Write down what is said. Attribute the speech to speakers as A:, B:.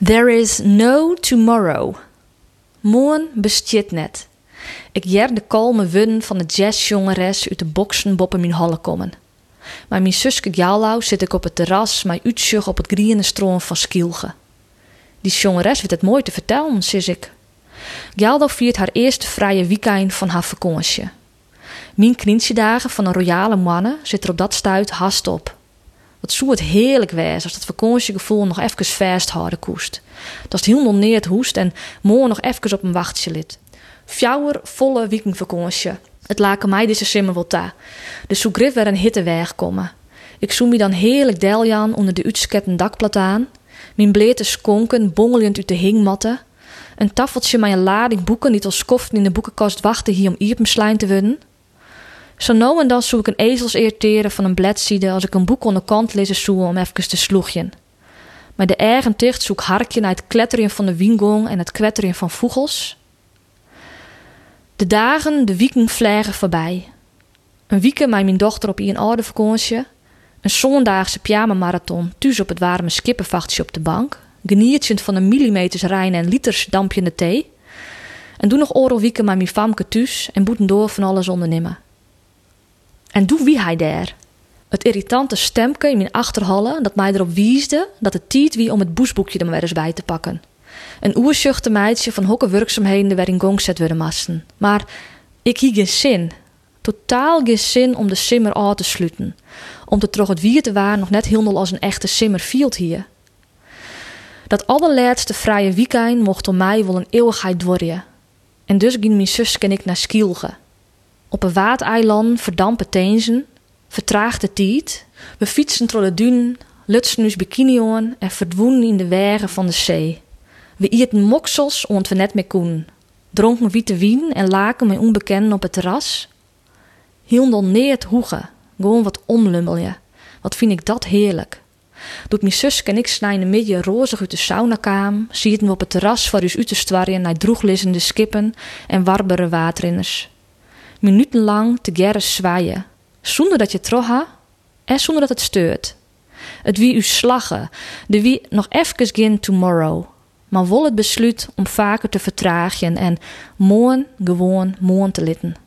A: There is no tomorrow. Morgen bestiet net. Ik jer de kalme wudden van de jazzjongeres uit de boksen boppen mijn holle komen. Maar mijn zuske Gjallou zit ik op het terras, mijn uitzicht op het griene stroom van Skielge. Die jongeres weet het mooi te vertellen, sis ik. Gjallou viert haar eerste vrije weekend van haar vakantie. Mijn knientjedagen van een royale mannen zit er op dat stuit hast op. Wat zou het heerlijk wees als dat vakantiegevoel nog even vasthouden koest. Dat is heel neer het hoest en morgen nog even op een wachtje lid. 4 volle weekendvakantie. Het laken mij deze simmer wel ta. De zou grif weer een hitte wegkomen. Ik zoem me dan heerlijk deljan onder de uitsketten dakplat aan. Mijn blete skonken bongelend uit de hingmatten. Een tafeltje met een lading boeken die als skoften in de boekenkast wachten hier om ierpenslein te worden. Zo nou en dan zoek ik een ezelseer teren van een bladzijde als ik een boek onder kant lezen zoek om even te sloegjen. Maar de eigen ticht zoek harkje naar het kletteren van de wiengong en het kwetteren van vogels. De dagen, de weken vliegen voorbij. Een weekend met mijn dochter op een oude vakantie. Een zondaagse pyjama-marathon thuis op het warme skippenvachtje op de bank. Geniertje van een millimeters rein en liters dampjende thee. En doe nog oorlog weekend met mijn famke thuis en boeten door van alles ondernemen. En doe wie hij daar? Het irritante stemke in mijn achterhalle dat mij erop wiesde dat het tijd wie om het boesboekje er maar eens bij te pakken. Een oersjuchte meidje van hokke werkzaamheden er weer in gang zet worden massen. Maar ik hie geen zin. Totaal geen zin om de simmer aan te sluiten. Om te trog het wier te waren nog net helemaal als een echte simmer field hier. Dat allerlaatste vrije weekend mocht om mij wel een eeuwigheid worden. En dus ging mijn zus en ik naar Skielge. Op een waadeiland verdampen teenzen, vertraagde tijd. We fietsen door de duinen, lutsen ons bikini aan en verdwoenen in de wegen van de zee. We eten moksels ont we net meer koen. Dronken witte wien en laken met onbekenden op het terras. Hielden neer het hoegen, gewoon wat omlummelje. Wat vind ik dat heerlijk. Doet mijn zus en ik snijden midden rozig uit de saunakaam, zitten we op het terras voor ons uit te stwarren naar droeglissende skippen en warbere waterinners. Minutenlang te gerre zwaaien, zonder dat je trocha en zonder dat het steurt. Het wie u slaggen, de wie nog even geen tomorrow, maar wol het besluit om vaker te vertragen en morgen gewoon morgen te litten.